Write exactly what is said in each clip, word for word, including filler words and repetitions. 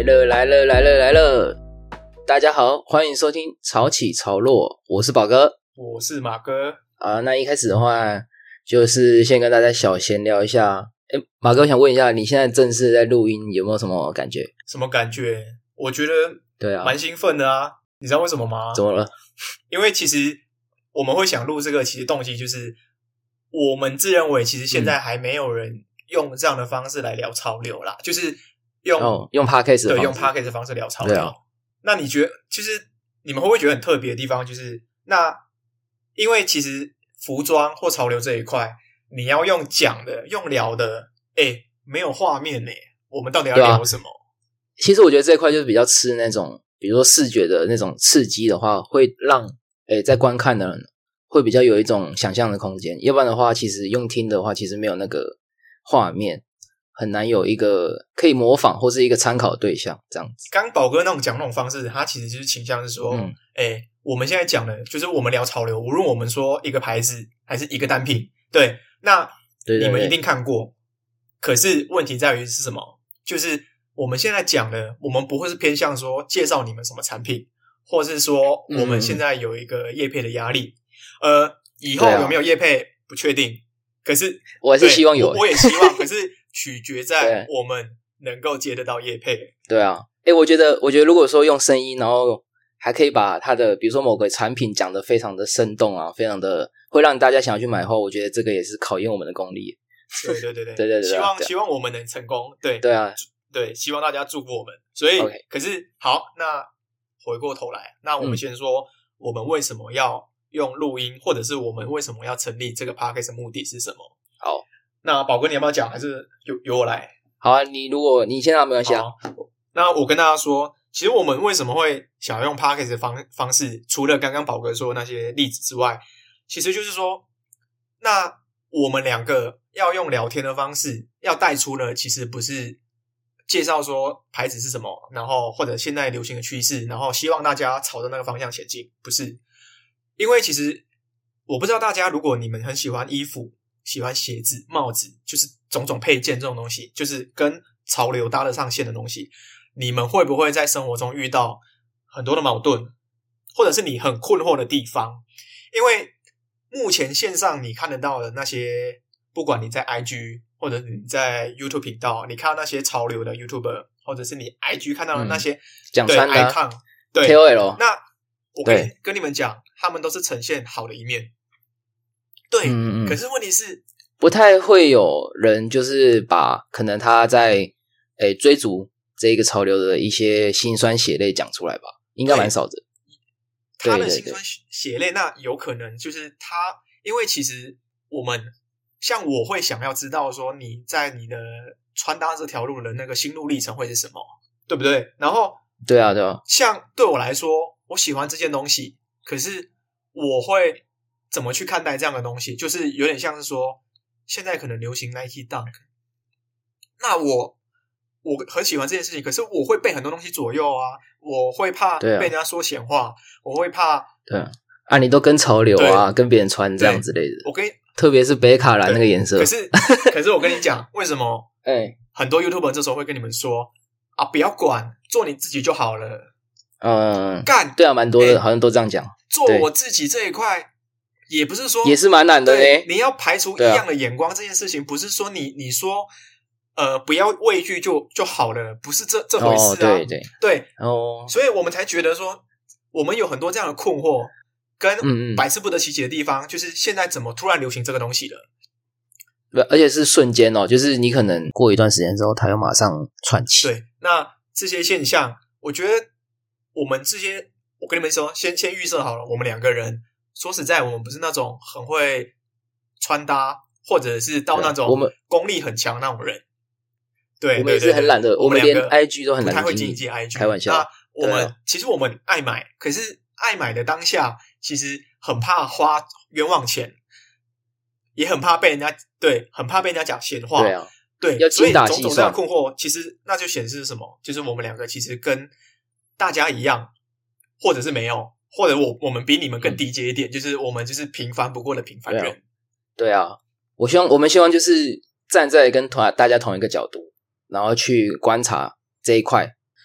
来了来了来了来了！大家好，欢迎收听潮起潮落，我是宝哥， 我是马哥。 啊，那一开始的话，就是先跟大家小闲聊一下。诶，马哥，我想问一下，你现在正式在录音，有没有什么感觉？ 什么感觉？我觉得对啊， 蛮兴奋的啊！你知道为什么吗？ 怎么了？ 因为其实我们会想录这个，其实动机就是我们自认为，其实现在还没有人用这样的方式来聊潮流啦，嗯、就是用、 哦、用 podcast 的方式， 对，用 podcast 的方式聊潮流。 啊、 那你觉得，其实你们会不会觉得很特别的地方，就是那因为其实服装或潮流这一块，你要用讲的、用聊的，哎，没有画面呢，我们到底要聊什么？ 其实我觉得这一块就是比较吃那种，比如说视觉的那种刺激的话，会让诶在观看的人会比较有一种想象的空间。要不然的话，其实用听的话，其实没有那个画面，很难有一个可以模仿或是一个参考的对象这样子。 刚宝哥那种讲那种方式，他其实就是倾向是说，嗯，诶我们现在讲的就是我们聊潮流，无论我们说一个牌子还是一个单品，对，那对对对， 你们一定看过。可是问题在于是什么？就是我们现在讲的，我们不会是偏向说介绍你们什么产品，或是说我们现在有一个业配的压力。嗯、呃，以后有没有业配不确定，可是我还是希望有， 我, 我也希望，可是取决在我们能够接得到业配。 对啊，诶我觉得，我觉得如果说用声音，然后还可以把它的，比如说某个产品讲得非常的生动啊，非常的会让大家想要去买的话，我觉得这个也是考验我们的功力。 对对对对对对对， 希望希望我们能成功。对对啊， 对，希望大家祝福我们。所以， okay. 可是好，那回过头来，那我们先说、嗯、我们为什么要用录音，或者是我们为什么要成立这个 podcast 的目的是什么？ 好， 那宝哥你要不要讲，还是由由我来？ 好啊，你如果你现在没关系啊。 那我跟大家说，其实我们为什么会想要用 podcast 的方方式，除了刚刚宝哥说的那些例子之外，其实就是说，那我们两个要用聊天的方式，要带出的其实不是介绍说牌子是什么，然后或者现在流行的趋势，然后希望大家朝着那个方向前进，不是。因为其实我不知道大家，如果你们很喜欢衣服，喜欢鞋子、帽子，就是种种配件这种东西，就是跟潮流搭得上线的东西，你们会不会在生活中遇到很多的矛盾，或者是你很困惑的地方？因为目前线上你看得到的那些，不管你在 I G 或者你在 YouTube 频道，你看到那些潮流的 YouTuber， 或者是你 I G 看到的那些、嗯、 讲穿的 icon， 对 K O L， 那我跟你跟你们讲，他们都是呈现好的一面。对、嗯，可是问题是不太会有人就是把可能他在诶追逐这一个潮流的一些辛酸血泪讲出来吧，应该蛮少的。 他的辛酸血泪，那有可能就是他，因为其实我们像我会想要知道说你在你的穿搭这条路的那个心路历程会是什么，对不对？然后对啊对啊， 像对我来说，我喜欢这件东西，可是我会怎么去看待这样的东西？就是有点像是说，现在可能流行 Nike Dunk， 那我我很喜欢这件事情，可是我会被很多东西左右啊，我会怕被人家说闲话、啊，我会怕对啊，啊你都跟潮流啊，跟别人穿这样之类的。 我跟特别是北卡蓝那个颜色。 可是可是我跟你讲，为什么？哎、欸，很多 YouTuber 这时候会跟你们说啊，不要管，做你自己就好了。 嗯， 干， 对啊，蛮多的、欸，好像都这样讲。 做我自己这一块，也不是说也是蛮难的嘞。 你要排除异样的眼光，这件事情不是说你你说。呃，不要畏惧就就好了，不是这这回事啊。哦、 对对对哦， 所以我们才觉得说，我们有很多这样的困惑，跟百思不得其解的地方，嗯嗯就是现在怎么突然流行这个东西了？ 而且是瞬间哦，就是你可能过一段时间之后，它又马上窜起。 对，那这些现象，我觉得我们这些，我跟你们说，先先预设好了，我们两个人，说实在，我们不是那种很会穿搭，或者是到那种我们功力很强那种人。对， 我们也是很懒的， 我们连 I G 都很懒， 不太会经营 I G。 开玩笑， 那我们、啊、其实我们爱买，可是爱买的当下，其实很怕花冤枉钱，也很怕被人家对，很怕被人家讲闲话。 对啊， 对， 要精打细算。 所以种种这样困惑，其实那就显示什么？就是我们两个其实跟大家一样，或者是没有，或者我我们比你们更低阶一点、嗯，就是我们就是平凡不过的平凡人。 对啊，对啊，我希望我们希望就是站在跟同大家同一个角度。然后去观察这一块，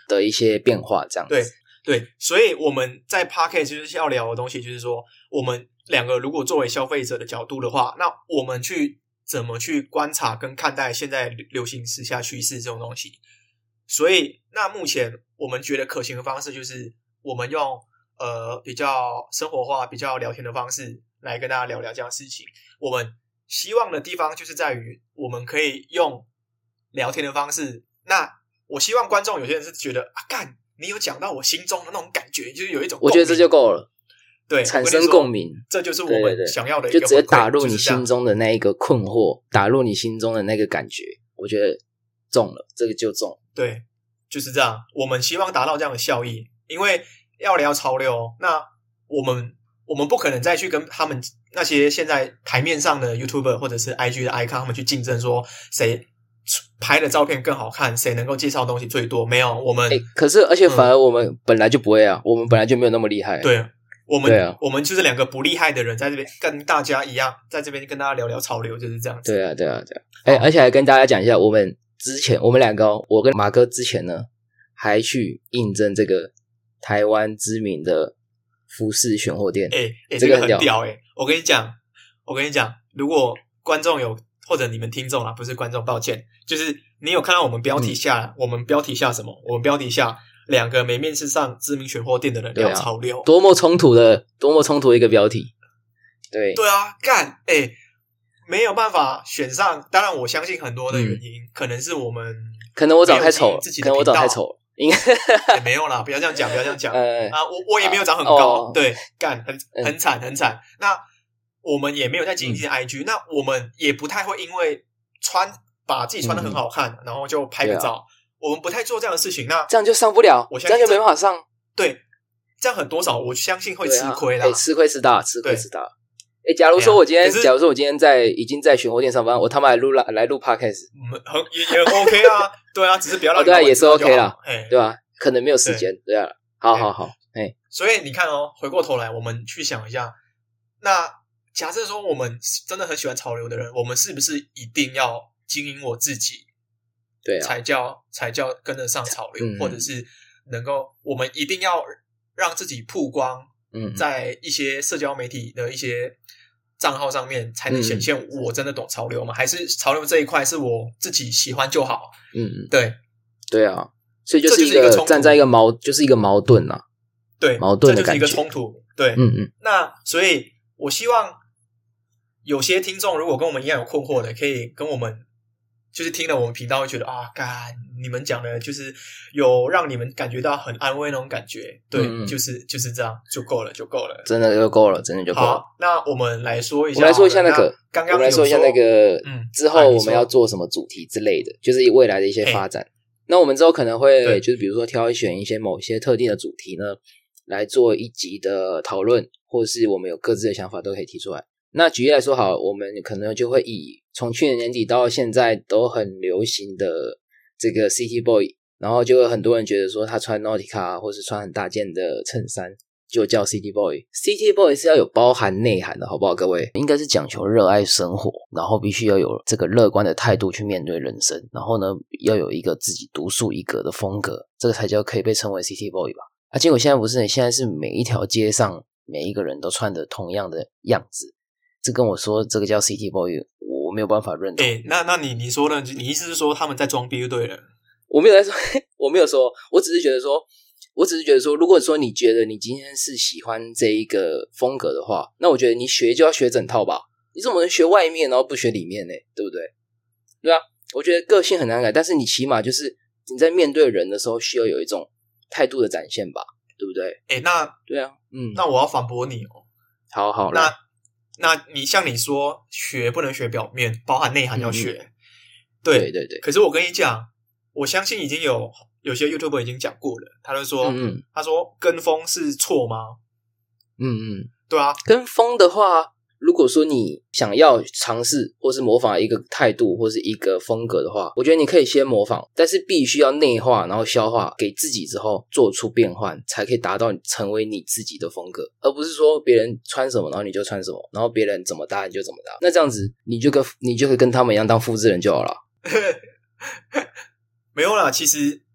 的一些变化这样子。 对对，所以我们在 Podcast 就是要聊的东西，就是说我们两个如果作为消费者的角度的话，那我们去怎么去观察跟看待现在流行时下趋势这种东西。所以那目前我们觉得可行的方式就是我们用呃比较生活化比较聊天的方式来跟大家聊聊这样的事情。我们希望的地方就是在于我们可以用聊天的方式，那我希望观众有些人是觉得啊干你有讲到我心中的那种感觉，就是有一种共鸣， 我觉得这就够了， 对， 产生共鸣， 这就是我们想要的一个， 就直接打入你心中的那一个困惑，打入你心中的那个感觉，我觉得中了，这个就中。 对，就是这样，我们希望达到这样的效益。因为要聊潮流，那我们我们不可能再去跟他们那些现在台面上的 YouTuber 或者是 I G 的 icon 他们去竞争，说谁拍的照片更好看，谁能够介绍的东西最多。没有，我们、 欸、可是而且反而我们本来就不会啊、嗯、我们本来就没有那么厉害、啊、 对，我们对啊， 我们就是两个不厉害的人在这边跟大家一样，在这边跟大家聊聊潮流，就是这样子。 对啊对啊对啊。哎、欸，而且还跟大家讲一下，我们之前我们两个、哦、我跟马哥之前呢还去应征这个台湾知名的服饰选货店。 哎、欸欸、 这个很屌哎、欸！我跟你讲，我跟你讲，如果观众有或者你们听众啦，不是观众，抱歉，就是你有看到我们标题下，嗯、我们标题下什么？我们标题下两个没面试上知名选货店的人聊潮流， 啊、多么冲突的，多么冲突的一个标题。对对啊，干哎、欸，没有办法选上。当然，我相信很多的原因，嗯、可能是我们可能我长太丑了，可能我长太丑了。应该也没有啦，不要这样讲，不要这样讲、 呃、 啊！我我也没有长很高， 哦、 对，干很很惨很惨。那我们也没有在经营 I G，、嗯、那我们也不太会因为穿把自己穿得很好看，嗯、然后就拍个照、啊，我们不太做这样的事情。那这样就上不了，我相信这样就没办法上。 对，这样很多少，我相信会吃亏啦。 哎、啊欸，吃亏吃大，吃亏吃大。哎、欸，假如说我今天，假如说我今天在已经在选货店上班，我他妈来录来来录 podcast， 很也也 OK 啊，对啊，只是不要让你、 哦、对啊，也是 OK 啦，对吧、啊？可能没有时间，对, 对啊，好好好，哎， 所以你看哦，回过头来，我们去想一下，那假设说我们真的很喜欢潮流的人，我们是不是一定要经营我自己， 对、啊， 才叫才叫跟得上潮流，嗯、或者是能够我们一定要让自己曝光，嗯，在一些社交媒体的一些账号上面才能显现我真的懂潮流吗？嗯、还是潮流这一块是我自己喜欢就好？ 嗯， 对， 对啊，所以就是一个站在一个矛，就是一个矛盾啊， 对， 矛盾的感觉， 这就是一个冲突。对，嗯嗯。那所以，我希望有些听众如果跟我们一样有困惑的，可以跟我们，就是听了我们频道会觉得啊，干你们讲的，就是有让你们感觉到很安慰那种感觉。对，嗯、就是就是这样就够了，就够了， 真的就够了，真的就够了。 好，那我们来说一下， 我们来说一下那个， 刚刚我们来说一下那个，嗯，之后我们要做什么主题之类的，就是未来的一些发展。那我们之后可能会就是比如说挑选一些某些特定的主题呢，来做一集的讨论，或者是我们有各自的想法都可以提出来。那举例来说好，我们可能就会以从去年年底到现在都很流行的这个 City Boy， 然后就有很多人觉得说他穿 Nautica 或是穿很大件的衬衫就叫 City Boy。City Boy 是要有包含内涵的，好不好各位？应该是讲求热爱生活，然后必须要有这个乐观的态度去面对人生，然后呢要有一个自己独树一格的风格，这个才叫可以被称为 City Boy 吧。啊，结果现在不是，现在是每一条街上每一个人都穿的同样的样子，这跟我说这个叫 City Boy 我没有办法认同。 欸，那那你你说呢？你意思是说他们在装逼就对了？ 我没有在说我没有说，我只是觉得说我只是觉得说如果说你觉得你今天是喜欢这一个风格的话，那我觉得你学就要学整套吧，你怎么能学外面然后不学里面呢？对不对？对啊，我觉得个性很难改，但是你起码就是你在面对人的时候需要有一种态度的展现吧，对不对？ 欸，那对啊，嗯， 那我要反驳你哦。 好好， 那那你像你说学不能学表面，包含内涵要学，嗯、对对对对。 可是我跟你讲，我相信已经有有些 YouTuber 已经讲过了，他就说，嗯嗯他说跟风是错吗？ 嗯嗯， 对啊， 跟风的话，如果说你想要尝试或是模仿一个态度或是一个风格的话，我觉得你可以先模仿，但是必须要内化然后消化给自己之后做出变换，才可以达到成为你自己的风格，而不是说别人穿什么然后你就穿什么，然后别人怎么搭你就怎么搭，那这样子你就跟你就可以跟他们一样当复制人就好了。 没有啦，其实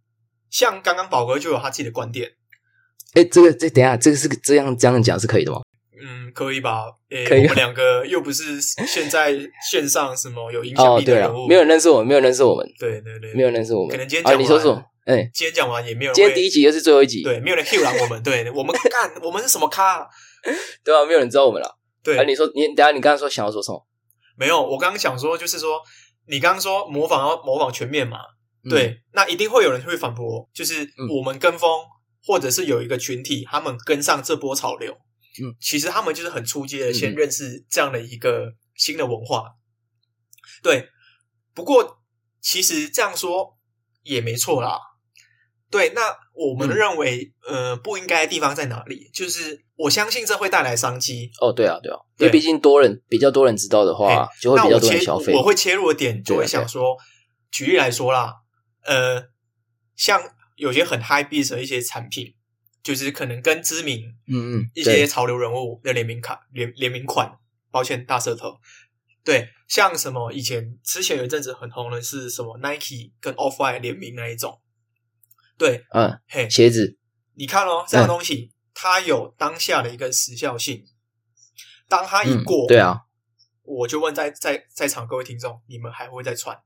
像刚刚宝哥就有他自己的观点。 哎，这个这等一下，这个是这样这样讲是可以的吗？ 嗯，可以吧？诶， 可以。 我们两个又不是现在线上什么有影响力的人物， 哦、没有人认识我们，没有人认识我们。 对对对， 没有人认识我们。 可能今天讲完， 啊、你说说，哎、欸， 今天讲完也没有人。 今天第一集又是最后一集， 对，没有人 Q 我们，对我们干，我们是什么咖？ 对啊，没有人知道我们了。 对， 啊，你说你等一下，你刚刚说想要说什么？ 没有，我刚刚想说就是说，你刚刚说模仿要模仿全面嘛， 嗯、 对，那一定会有人会反驳，就是我们跟风。嗯或者是有一个群体，他们跟上这波潮流， 嗯， 其实他们就是很初阶的，先认识这样的一个新的文化。对，不过其实这样说也没错啦。对，那我们认为，嗯、呃，不应该的地方在哪里？就是我相信这会带来商机。 哦，对啊，对啊，因为毕竟多人比较多人知道的话，就会比较多人消费。 我, 我会切入的点就会想说，举例来说啦，呃，像。有些很 high beat 的一些产品，就是可能跟知名嗯嗯一些潮流人物的联名卡联联名款，抱歉大舌头，对，像什么以前之前有一阵子很红的是什么 Nike 跟 Off-White 联名那一种，对， 嗯， 嘿， 鞋子， 你看哦，这样东西、嗯、它有当下的一个时效性，当它一过， 嗯、对啊， 我就问在在在场各位听众，你们还会再穿？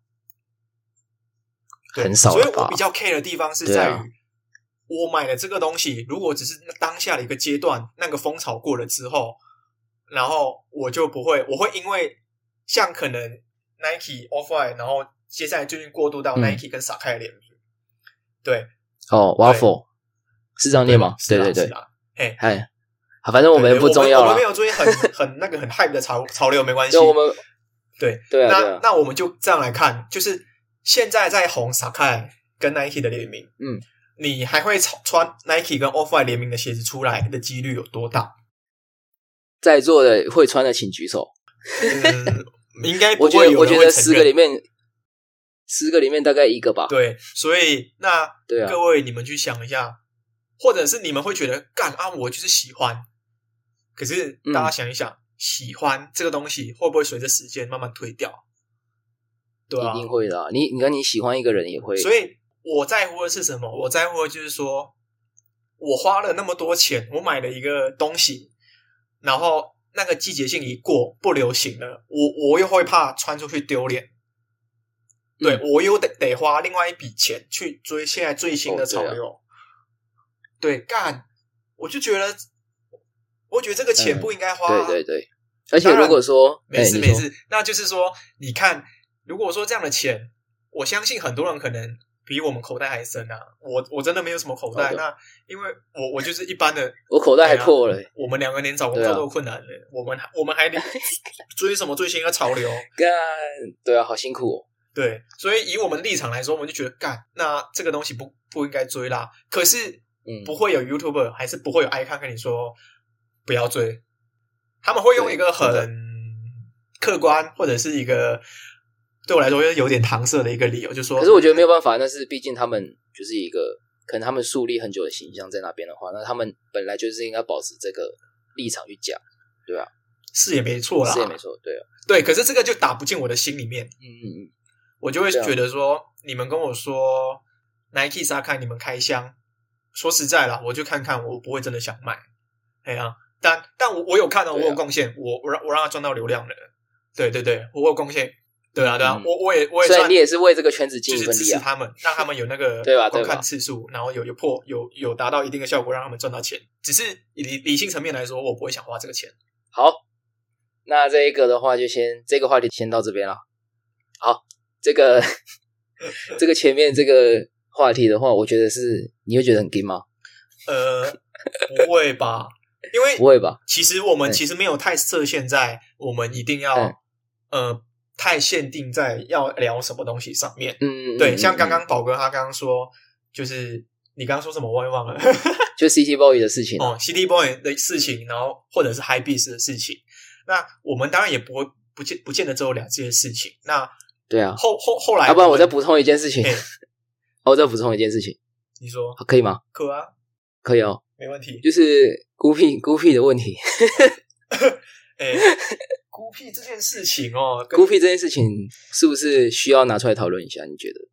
很少了吧， 所以我比较 care 的地方是在于、啊，我买了这个东西，如果只是当下的一个阶段，那个风潮过了之后，然后我就不会，我会因为像可能 Nike Off-White， 然后接下来最近过渡到 Nike 跟撒开的联名、嗯，对， 哦 ，Waffle 是这样念吗？对对对， 哎哎，好，反正我们不重要了， 我们没有追很很那个很 hype 的潮潮流，没关系， 我们对对啊， 那对啊那我们就这样来看，就是。现在在红 Sacai 跟 Nike 的联名， 嗯， 你还会穿 Nike 跟 Off-White 联名的鞋子出来的几率有多大？ 在座的会穿的请举手。 嗯，应该不会有人会承认。 我觉得十个里面，十个里面大概一个吧。 对，所以那对啊， 各位你们去想一下，或者是你们会觉得干啊，我就是喜欢。可是大家想一想，嗯、喜欢这个东西会不会随着时间慢慢退掉？对啊， 一定会的、啊。你你跟你喜欢一个人也会， 所以我在乎的是什么？我在乎的就是说，我花了那么多钱，我买了一个东西，然后那个季节性一过，不流行了，我我又会怕穿出去丢脸。对、嗯、我又得得花另外一笔钱去追现在最新的潮流。哦、对，干、啊，我就觉得，我觉得这个钱不应该花、啊嗯。对对对，而且如果说没事没事，那就是说，你看。如果说这样的钱，我相信很多人可能比我们口袋还深啊！我我真的没有什么口袋， Okay. 那因为我我就是一般的， 我口袋还破了、欸啊。 我们两个连找工作都有困难了、欸啊，我们我们还追什么最新的潮流？ 干，对啊，好辛苦哦。 对，所以以我们立场来说，我们就觉得干，那这个东西不不应该追啦。可是，嗯，不会有 YouTuber 还是不会有 icon 跟你说不要追，他们会用一个很客观或者是一个。对我来说有点搪塞的一个理由，就是说， 可是我觉得没有办法，那是毕竟他们就是一个可能他们树立很久的形象在那边的话，那他们本来就是应该保持这个立场去讲，对啊， 是也没错啦， 是也没错，对啊， 对，可是这个就打不进我的心里面， 嗯嗯嗯， 我就会觉得说，啊、你们跟我说 Nike 沙看你们开箱，说实在啦，我就看看，我不会真的想买，哎呀、啊，但但我我有看到、哦啊，我有贡献，我我让我让他赚到流量了，对对对，我有贡献。对啊，对啊，嗯、我我也我也算， 所以你也是为这个圈子尽一份力啊， 就是支持他们，让他们有那个观看次数，然后有有破有有达到一定的效果，让他们赚到钱。只是以理理性层面来说，我不会想花这个钱。 好，那这一个的话，就先这个话题先到这边了。好，这个这个前面这个话题的话，我觉得是你会觉得很 gay 吗？ 呃，不会吧？因为不会吧？ 其实我们其实没有太设限在我们一定要、嗯、呃。太限定在要聊什么东西上面， 嗯， 对，像刚刚宝哥他刚刚说，就是你刚刚说什么我也忘了， 就 City Boy 的事情哦 ，City Boy 的事情，然后或者是 High Beast 的事情，那我们当然也不会不见不见得只有两件事情，那对啊， 后后后来， 要不然我再补充一件事情，我再补充一件事情， 你说可以吗？ 可啊， 可以哦， 没问题， 就是孤僻孤僻的问题， 哎。孤僻这件事情哦， 孤僻这件事情是不是需要拿出来讨论一下？你觉得？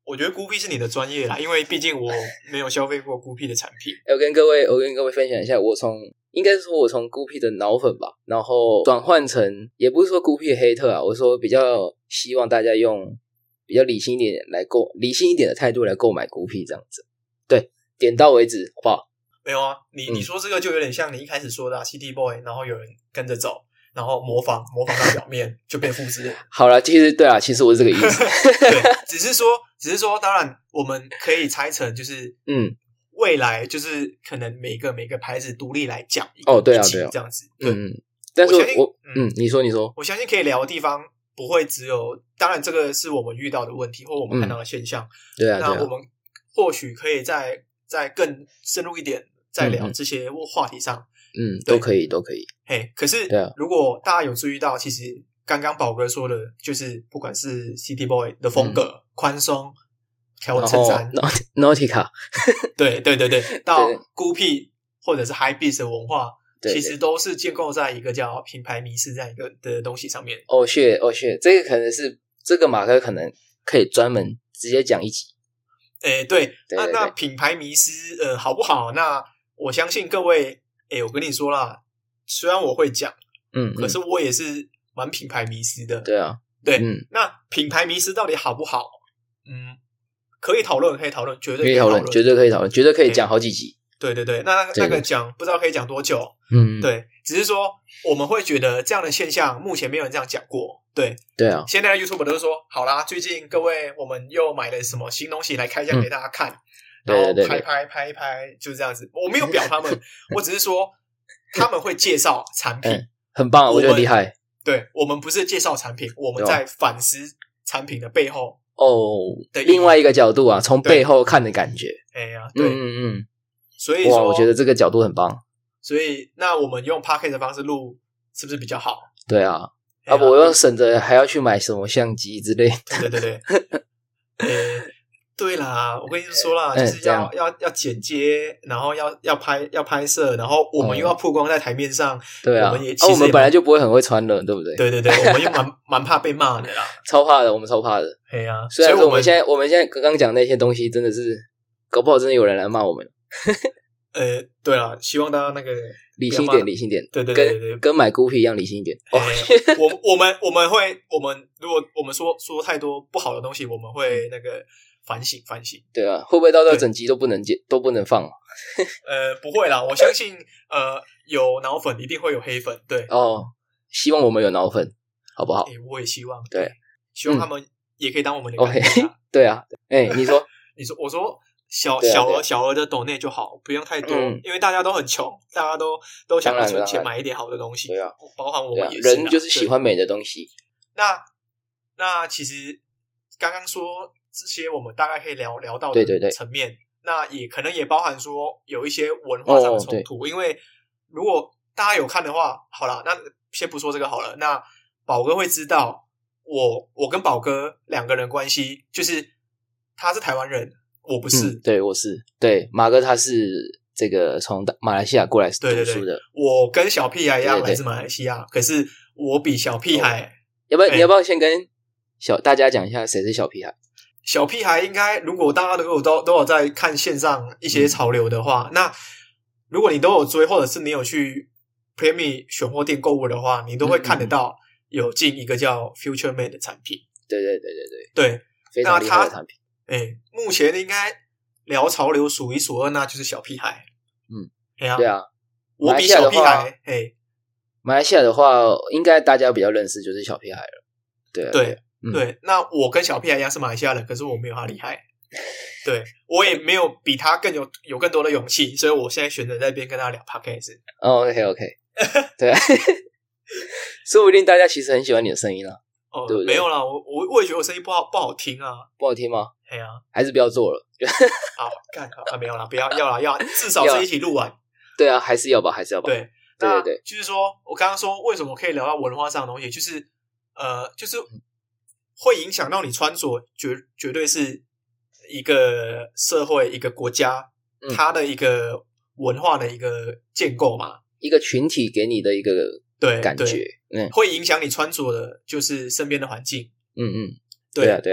我觉得孤僻是你的专业啦，因为毕竟我没有消费过孤僻的产品。 我跟各位，我跟各位分享一下，我从应该说我从孤僻的脑粉吧，然后转换成也不是说孤僻的黑特啊，我说比较希望大家用比较理性一点来购理性一点的态度来购买孤僻这样子。对，点到为止，好不好？ 没有啊，你、嗯、你说这个就有点像你一开始说的、啊、City Boy， 然后有人跟着走，然后模仿模仿到表面就变复制。 好啦，其实对啊，其实我是这个意思。 对，只是说，只是说，当然我们可以猜成就是嗯。未来就是可能每个每个牌子独立来讲一个哦，对啊，对啊， 这样子。对， 嗯，但是我, 我嗯，你说你说， 我相信可以聊的地方不会只有，当然这个是我们遇到的问题或我们看到的现象。 嗯、对啊， 那我们或许可以再再更深入一点，再聊这些话题上。 嗯，都可以，都可以。 嘿，可是如果大家有注意到，其实刚刚宝哥说的，就是不管是 City Boy 的风格，宽松。条纹衬衫 Nautica 对对对对，到孤僻或者是 High Beast 的文化，对对，其实都是建构在一个叫品牌迷思这样一个的东西上面。 哦，是哦是，这个可能是这个马克可能可以专门直接讲一集。 诶，对，对对对，那那品牌迷思呃好不好？那我相信各位，诶，我跟你说啦，虽然我会讲，嗯，可是我也是蛮品牌迷思的。 对啊， 对，嗯，那品牌迷思到底好不好？嗯。可以讨论，可以讨论，绝对可以讨论， 绝对可以讨论，绝对可以讲好几集。 对对对，那那个讲不知道可以讲多久。嗯，对，只是说我们会觉得这样的现象目前没有人这样讲过。对对啊， 现在的 YouTube 都是说，好啦，最近各位我们又买了什么新东西来开箱给大家看，嗯、然后拍拍拍一拍，就是这样子。我没有表他们，我只是说他们会介绍产品，嗯、 很棒，我觉得厉害。 对，我们不是介绍产品，我们在反思产品的背后。 哦，另外一个角度啊，从背后看的感觉。 哎呀，对，嗯嗯嗯，所以哇，我觉得这个角度很棒。 所以，那我们用 podcast 的方式录，是不是比较好？ 对啊，要不我又省着还要去买什么相机之类。 对对对对。欸对啦，我跟你说啦，就是要、欸、要要剪接，然后要要拍要拍摄，然后我们又要曝光在台面上。 对啊， 我们也其实也、 啊、我们本来就不会很会穿人，对不对？ 对对对，我们又蛮蛮怕被骂的啦， 超怕的，我们超怕的。 对啊， 虽然说我们现在我们现在刚刚讲那些东西，真的是搞不好真的有人来骂我们。 呃，对啦，希望大家那个理性一点，理性一点。 对对对对对， 跟跟买孤僻一样理性一点。 哦，我我们我们会我们如果我们说说太多不好的东西，我们会那个。反省反省， 对啊，会不会到时候整集都不能接都不能放？ 呃，不会啦，我相信，呃，有脑粉一定会有黑粉，对哦，希望我们有脑粉，好不好？ 欸、我也希望， 对， 希望他们也可以当我们的干爹、啊 okay, 对啊，哎、欸，你说， 你说，我说小小额小额的抖内就好，不用太多、嗯，因为大家都很穷，大家都都想要存钱买一点好的东西， 对啊， 包含我们也是、 啊，人就是喜欢美的东西。 那那其实刚刚说。这些我们大概可以聊聊到的层面，对对对，那也可能也包含说有一些文化上的冲突、哦，因为如果大家有看的话，好啦，那先不说这个好了。那宝哥会知道我，我跟宝哥两个人关系，就是他是台湾人，我不是， 嗯、对，我是对马哥，他是这个从马来西亚过来读书的。 对对对，我跟小屁孩一样来自马来西亚，可是我比小屁孩，哦、 要不要、欸、你要不要先跟小大家讲一下谁是小屁孩？ 小屁孩应该，如果大家如果都都有在看线上一些潮流的话、嗯，那如果你都有追，或者是你有去 Premi 选货店购物的话，你都会看得到有进一个叫 Future Man 的产品。 对对对对对，对， 非常厉害的产品。 哎、欸，目前应该聊潮流数一数二，那就是小屁孩。 嗯， 对啊， 对啊， 我比小屁孩。哎， 马来西亚的话，应该大家比较认识就是小屁孩了。对、啊、 对。对嗯、对，那我跟小屁孩一样是马来西亚人，可是我没有他厉害。对，我也没有比他更有有更多的勇气，所以我现在选择在这边跟他聊 podcast。 哦 ，OK OK， 对，说不定大家其实很喜欢你的声音啦。 哦， 对不对？ 没有啦，我我我也觉得我声音不好不好听啊， 不好听吗？ 对啊， 还是不要做了。 好，干啊，没有啦，不要要啦，要至少是一起录完。 对啊，还是要吧，还是要吧。 对， 对对对， 就是说我刚刚说为什么可以聊到文化上的东西，就是呃，就是会影响到你穿着，绝绝对是一个社会、一个国家、嗯、它的一个文化的一个建构嘛， 一个群体给你的一个对感觉， 嗯，会影响你穿着的，就是身边的环境。 嗯嗯， 对对啊对啊。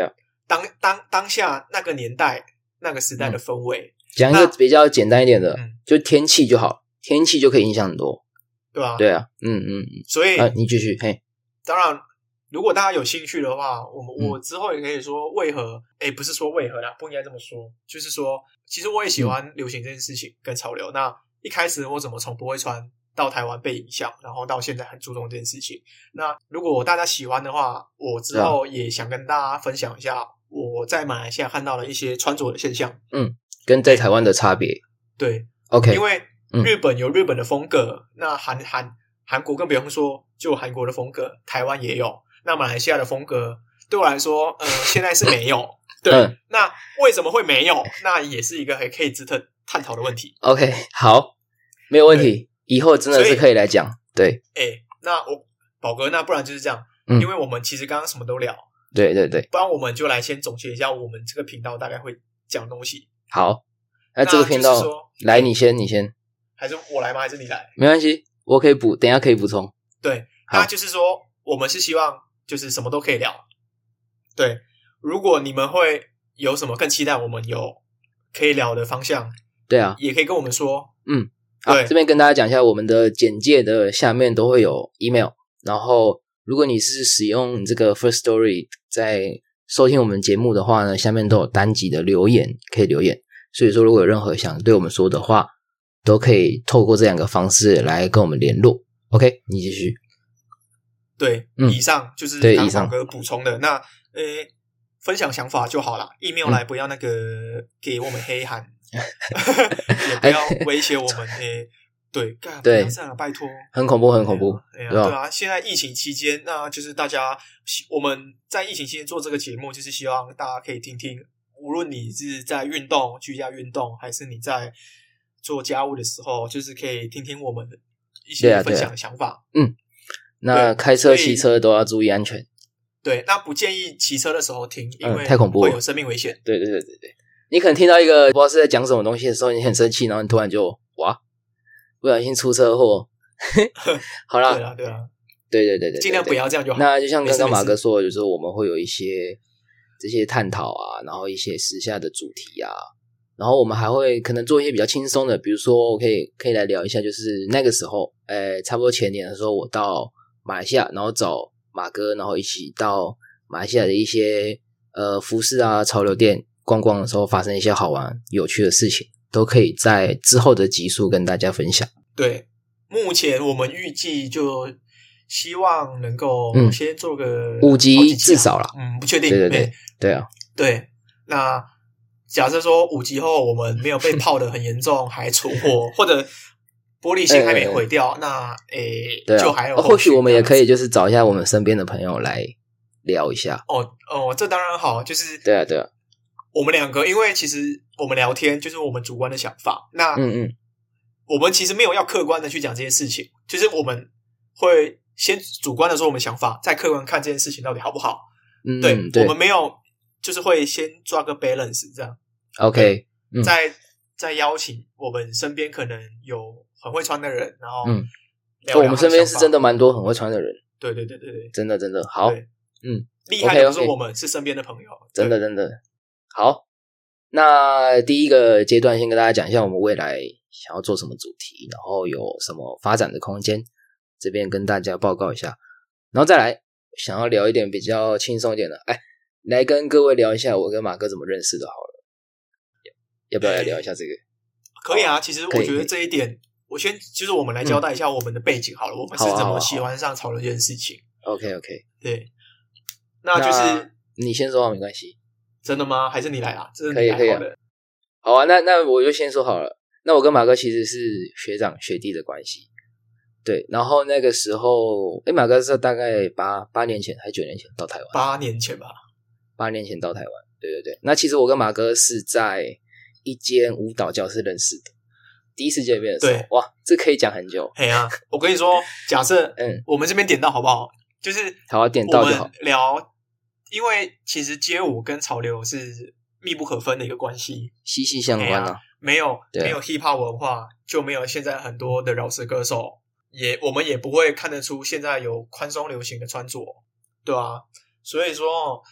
当当当下那个年代那个时代的氛围。 讲、嗯、一个比较简单一点的， 嗯、 就天气就好，天气就可以影响很多， 对吧、啊？ 对啊，嗯嗯嗯。 所以、 啊、你继续，嘿。 当然，如果大家有兴趣的话，我们、 嗯、 我之后也可以说为何，诶不是说为何啦，不应该这么说，就是说，其实我也喜欢流行这件事情跟潮流。嗯、那一开始我怎么从不会穿到台湾被影响，然后到现在很注重这件事情。那如果大家喜欢的话，我之后也想跟大家分享一下我在马来西亚看到的一些穿着的现象。 嗯。跟在台湾的差别， 对 ，OK， 因为日本有日本的风格，嗯、那韩韩韩国更不用说，就有韩国的风格，台湾也有。那马来西亚的风格对我来说，呃，现在是没有。对，嗯、那为什么会没有？那也是一个还可以值得探讨的问题。 OK， 好，没有问题，以后真的是可以来讲。对， 哎，那我宝哥，那不然就是这样，嗯、因为我们其实刚刚什么都聊， 对对对， 不然我们就来先总结一下我们这个频道大概会讲的东西。 好，那这个频道来，你先，你先， 还是我来吗？还是你来？ 没关系，我可以补，等一下可以补充。 对，那就是说，我们是希望就是什么都可以聊。对，如果你们会有什么更期待我们有可以聊的方向， 对啊， 也可以跟我们说。 嗯，好，这边跟大家讲一下，我们的简介的下面都会有 email， 然后如果你是使用这个 First Story 在收听我们节目的话呢，下面都有单集的留言可以留言，所以说如果有任何想对我们说的话，都可以透过这两个方式来跟我们联络。 OK， 你继续。 对、嗯、以上就是刚宝哥补充的。那呃，分享想法就好啦， email 来不要那个给我们黑函、嗯、也不要威胁我们诶对，干不要这样，拜托， 很恐怖，很恐怖。 对啊，对啊，对啊，现在疫情期间，那就是大家我们在疫情期间做这个节目，就是希望大家可以听听，无论你是在运动、居家运动，还是你在做家务的时候，就是可以听听我们的一些分享的想法。 啊啊、嗯，那开车、骑车都要注意安全。 对，那不建议骑车的时候听，因为太恐怖了， 会有生命危险。 对对对对对，你可能听到一个不知道是在讲什么东西的时候，你很生气，然后你突然就哇。不小心出车祸，好啦， 对啊，对啊， 对对对对， 尽量不要这样就好。 那就像刚刚马哥说的，就是我们会有一些这些探讨啊，然后一些时下的主题啊，然后我们还会可能做一些比较轻松的，比如说我可以可以来聊一下，就是那个时候，呃，差不多前年的时候，我到马来西亚，然后找马哥，然后一起到马来西亚的一些呃服饰啊、潮流店逛逛的时候，发生一些好玩有趣的事情。都可以在之后的集数跟大家分享。 对，目前我们预计就希望能够先做个五集至少啦， 嗯，不确定。 对对对，对啊， 对。那假设说五集后我们没有被泡得很严重，还存活，或者玻璃心还没毁掉，欸、那诶、欸啊，就还有、哦。 或许我们也可以就是找一下我们身边的朋友来聊一下。 哦哦，这当然好，就是对啊对啊。 我们两个，因为其实我们聊天就是我们主观的想法，那嗯嗯， 我们其实没有要客观的去讲这些事情，就是我们会先主观的说我们想法，再客观看这件事情到底好不好。 嗯， 对，对我们没有，就是会先抓个 balance 这样。 OK， 嗯、 再再邀請我們身邊可能有很會穿的人，然後嗯， 聊聊我們身邊是真的蠻多很會穿的人。 對對對對對， 真的真的好，嗯， 厲害的不是我們， okay, okay. 是身邊的朋友。 真的真的好。那第一個階段先跟大家講一下我們未來想要做什麼主題，然後有什麼發展的空間，這邊跟大家報告一下。然後再來想要聊一點比較輕鬆一點的，哎，來跟各位聊一下我跟馬哥怎麼認識的好了，要不要來聊一下這個？ 可以啊，其實我覺得這一點我先就是我們來交代一下我們的背景好了，嗯、我們是怎麼喜歡上潮流這件事情。 OK OK， 對，那就是你先說好沒關係。 真的嗎？還是你來啊？這是可以可以啊。好啊，那那我就先說好了。那我跟馬哥其實是學長學弟的關係。對，然後那個時候，誒馬哥是大概八八年前還是九年前到台灣？ 八年前吧。 八年前到台灣，對對對。那其實我跟馬哥是在一間舞蹈教室認識的。第一次見面的時候，哇，這可以講很久。 嘿啊，我跟你說，假設嗯，我們這邊點到好不好？就是好啊，點到就好。 我們聊。因為其實街舞跟潮流是密不可分的一個關係， 息息相關啊。 沒有沒有 hip hop 文化，就沒有現在很多的饒舌歌手，也我們也不會看得出現在有寬鬆流行的穿着，對啊。所以說，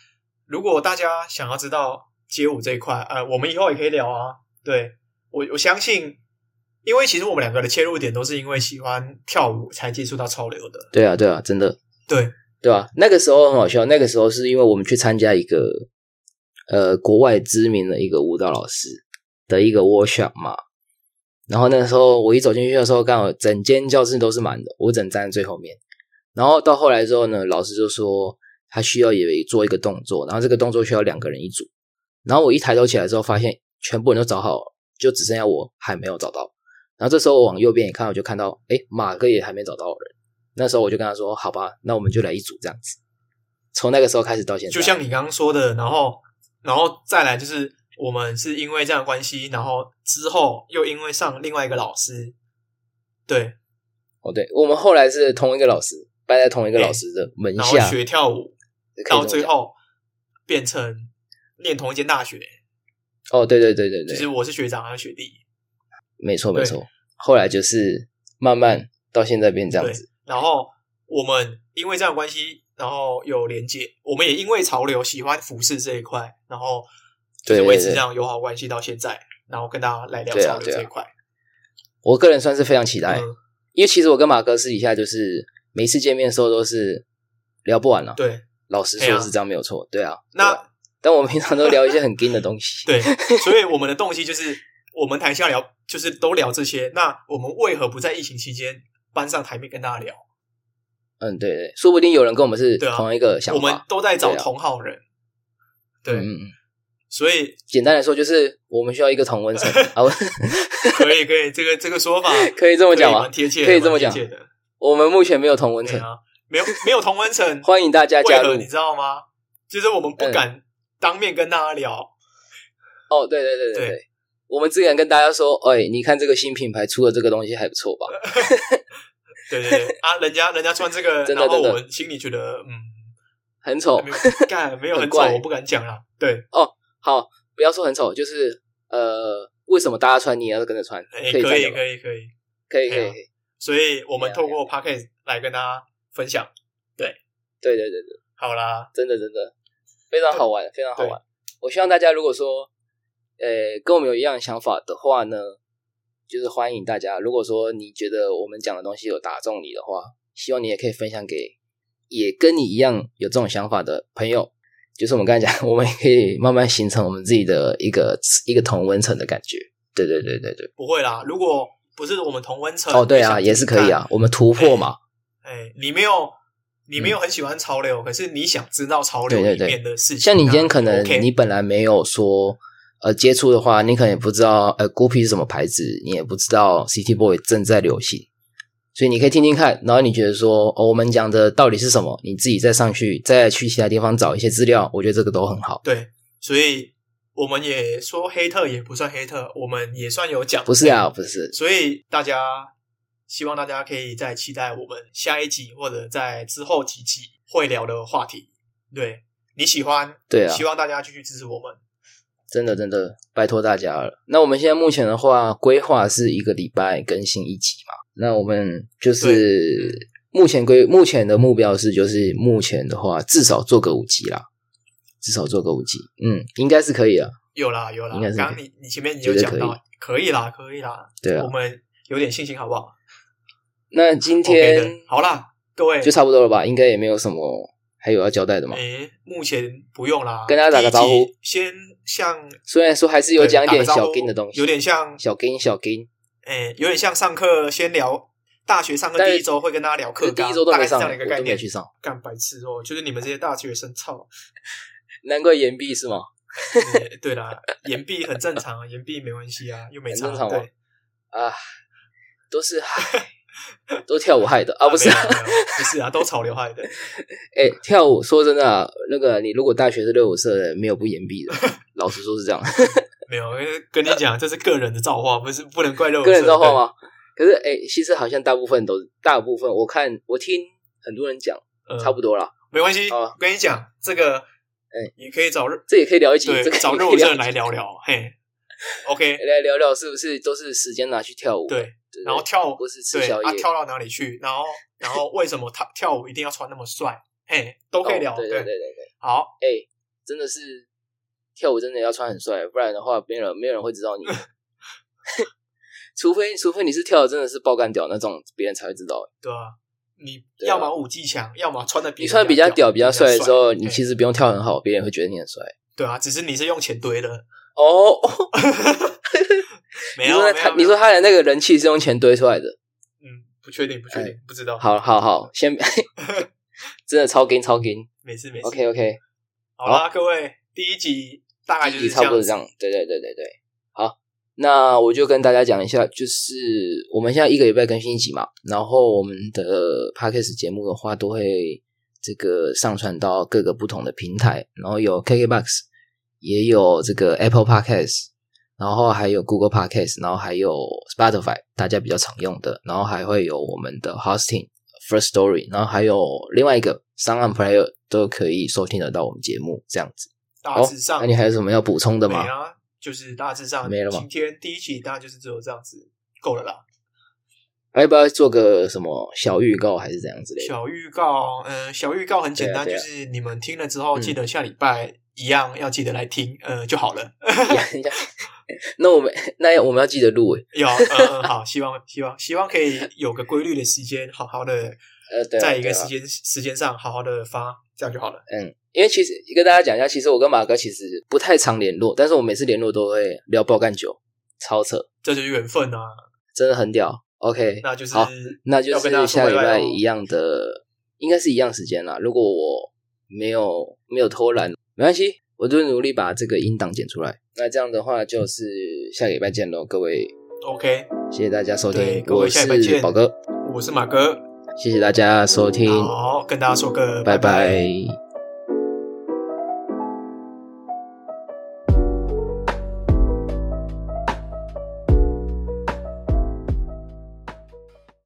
如果大家想要知道街舞这一块，呃，我们以后也可以聊啊。对，我我相信，因为其实我们两个的切入点都是因为喜欢跳舞才接触到潮流的。 对啊，对啊，真的， 对对啊，那个时候很好笑，那个时候是因为我们去参加一个呃国外知名的一个舞蹈老师的一个 workshop 嘛，然后那个时候我一走进去的时候，刚好整间教室都是满的，我只能站在最后面。然后到后来之后呢，老师就说他需要也做一个动作，然后这个动作需要两个人一组。然后我一抬头起来之后，发现全部人都找好了，就只剩下我还没有找到。然后这时候我往右边一看，我就看到，诶，马哥也还没找到人。那时候我就跟他说：“好吧，那我们就来一组这样子。”从那个时候开始到现在， 就像你刚刚说的，然后，然后再来就是我们是因为这样的关系，然后之后又因为上另外一个老师，对， 哦，对，我们后来是同一个老师，拜在同一个老师的门下， 然后学跳舞，到最后变成念同一间大学。 哦，对对对对对， 就是我是学长，他是学弟， 没错没错。后来就是慢慢到现在变这样子。 然后我们因为这样的关系，然后有连结，我们也因为潮流喜欢服饰这一块，然后就是维持这样友好关系到现在，然后跟大家来聊潮流这一块。 我个人算是非常期待， 嗯、 因为其实我跟马哥私底下就是每次见面的时候都是聊不完了、啊。 对， 老实说是这样没有错。对啊， 那对啊但我们平常都聊一些很硬的东西。 对，所以我们的动机就是我们台下聊，就是都聊这些。那我们为何不在疫情期间搬上台面跟大家聊？ 嗯，对对，说不定有人跟我们是同一个想法。 啊、我们都在找同好人。对， 对嗯嗯。 所以简单来说，就是我们需要一个同温层。 可以可以，这个这个说法可以这么讲吗？ 蛮贴切的， 可以这么讲。我们目前没有同温层、 啊，没有没有同温层， 欢迎大家加入。 你知道吗？就是我们不敢当面跟大家聊。 嗯、哦，对对对对对，我们只敢跟大家说，哎，你看这个新品牌出的这个东西还不错吧？ 对对对啊，人家人家穿这个， 真的然后我们心里觉得嗯很丑， 干没有很丑，我不敢讲啦。对哦，好，不要说很丑，就是呃，为什么大家穿你也要跟着穿？ 欸、可以可以可以可以可以可以， 所以我们透过 Podcast 来跟大家分享。对对对对对， 好啦， 真的真的非常好玩，非常好玩。我希望大家如果说呃跟我们有一样的想法的话呢，就是欢迎大家，如果说你觉得我们讲的东西有打中你的话，希望你也可以分享给也跟你一样有这种想法的朋友，就是我们刚才讲，我们也可以慢慢形成我们自己的一个一个同温层的感觉。对对对对对， 不会啦，如果不是我们同温层， 哦对啊，也是可以啊，我们突破嘛。 哎、欸欸，你没有你没有很喜欢潮流、嗯、可是你想知道潮流里面的事情，对对对， 像你今天可能你本来没有说呃接触的话，你可能也不知道呃 Gucci 是什么牌子，你也不知道 City Boy 正在流行，所以你可以听听看，然后你觉得说、哦、我们讲的到底是什么，你自己再上去再去其他地方找一些资料，我觉得这个都很好。 对，所以我们也说黑特也不算黑特，我们也算有讲， 不是啊不是， 所以大家希望大家可以再期待我们下一集或者在之后几集会聊的话题。对，你喜欢， 对啊， 希望大家继续支持我们， 真的真的拜托大家了。那我们现在目前的话规划是一个礼拜更新一集嘛，那我们就是目前规目前的目标是就是目前的话至少做个五集啦，至少做个五集，嗯，应该是可以啊， 有啦有啦， 应该是刚刚你你前面你有讲到可以啦可以啦， 对啊， 我们有点信心好不好？ 那今天、 okay、好啦各位就差不多了吧，应该也没有什么还有要交代的吗？ 诶，目前不用啦， 跟大家打个招呼， 先像虽然说还是有讲一点小金的东西， 有点像小金小金， 诶，有点像上课先聊大学上课第一周会跟大家聊课纲， 第一周都没上， 大概是这样的一个概念， 我都没去上， 干白痴哦，就是你们这些大学生操， 难怪延毕是吗？ 对, 对啦，延毕很正常啊，延毕没关系啊，又没差， 很正常吗？ 对啊，都是都跳舞害的啊，不是、啊， 不是啊，都潮流害的。 哎、欸，跳舞说真的、啊，那个你如果大学是热舞社的，没有不延毕的，老实说是这样。 没有，跟你讲，这是个人的造化，不是不能怪热舞社。 个人造化吗？可是哎、欸，其实好像大部分都大部分，我看我听很多人讲、呃，差不多啦。 没关系，我跟你讲，这个哎，也可以找这也可以聊一集， 对， 这个找热舞社来聊聊，嘿。OK， 来聊聊是不是都是时间拿去跳舞？ 对， 对然后跳舞不是吃宵夜， 啊，跳到哪里去？然后，然后为什么跳跳舞一定要穿那么帅？嘿，都可以聊。 哦、对对对对对。 好， 哎， 真的是跳舞真的要穿很帅，不然的话没有人没有人会知道你。除非除非你是跳的真的是爆干屌那种，别人才会知道。 对啊，你要么武技强，要么穿的你穿的比较屌、比较帅的时候，你对其实不用跳很好，别人会觉得你很帅。 对啊，只是你是用钱堆的哦。 没有， 你说他，你说他的那个人气是用钱堆出来的？ 嗯，不确定，不确定，不知道。 好好好，先真的超金超金， 没事没事。 OK OK， 好啦，各位，第一集大概就是差不多这样。对对对对对，好，那我就跟大家讲一下，就是我们现在一个礼拜更新一集嘛，然后我们的 Podcast 节目的话，都会这个上传到各个不同的平台，然后有 K K B O X， 也有这个 Apple Podcast。然后还有 Google Podcast， 然后还有 Spotify， 大家比较常用的，然后还会有我们的 Hosting First Story， 然后还有另外一个 Sound On Player 都可以收听得到我们节目这样子。 大致上， 哦、那你还有什么要补充的吗？ 没啊，就是大致上没了吗？ 今天第一期大概就是只有这样子，够了啦。 还要不要做个什么小预告还是怎样之类的？ 小预告，嗯、呃，小预告很简单， 对啊对啊就是你们听了之后， 嗯记得下礼拜一样要记得来听，呃，就好了。 那我们那我们要记得录诶。 有，嗯嗯，好，希望希望希望可以有个规律的时间，好好的， 呃，对、啊， 在一个时间、啊、时间上好好的发，这样就好了。 嗯，因为其实跟大家讲一下，其实我跟马哥其实不太常联络，但是我每次联络都会聊爆干酒，超扯， 这就是缘分啊， 真的很屌。OK， 那就是好，那就是下礼拜一样的，应该是一样时间啦。如果我没有没有偷懒，没关系，我就努力把这个音档剪出来。那这样的话，就是下礼拜见喽，各位。 OK， 谢谢大家收听， 各位下礼拜见。 我是宝哥， 我是马哥， 谢谢大家收听， 好，跟大家说个拜拜拜。 拜。